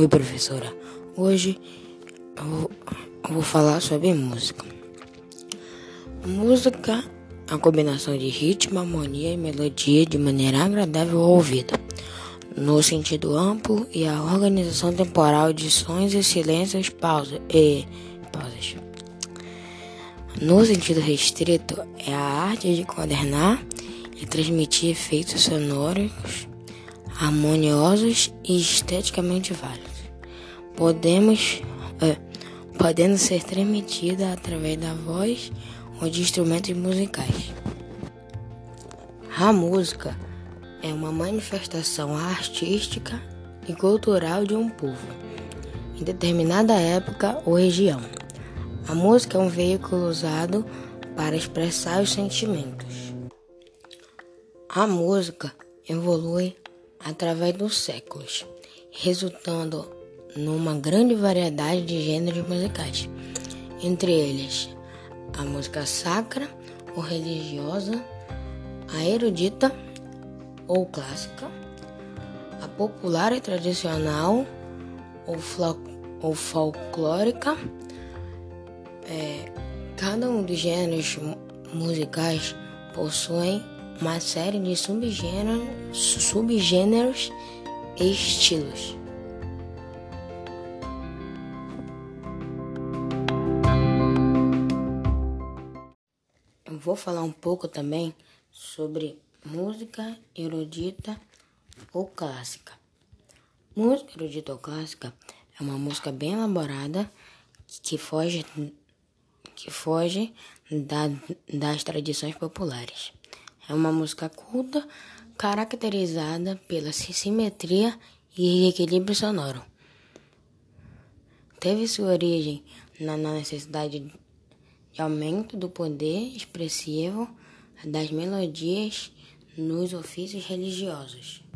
Oi, professora. Hoje eu vou falar sobre música. Música é a combinação de ritmo, harmonia e melodia de maneira agradável ao ouvido, no sentido amplo, e a organização temporal de sons e silêncios, pausas. No sentido restrito, é a arte de coordenar e transmitir efeitos sonoros harmoniosos e esteticamente válidos, podendo ser transmitida através da voz ou de instrumentos musicais. A música é uma manifestação artística e cultural de um povo, em determinada época ou região. A música é um veículo usado para expressar os sentimentos. A música evolui através dos séculos, resultando numa grande variedade de gêneros musicais, entre eles a música sacra ou religiosa, a erudita ou clássica, a popular e tradicional ou folclórica. Cada um dos gêneros musicais possui uma série de subgêneros e estilos. Eu vou falar um pouco também sobre música erudita ou clássica. Música erudita ou clássica é uma música bem elaborada que foge das tradições populares. É uma música culta, caracterizada pela simetria e equilíbrio sonoro. Teve sua origem na necessidade de aumento do poder expressivo das melodias nos ofícios religiosos.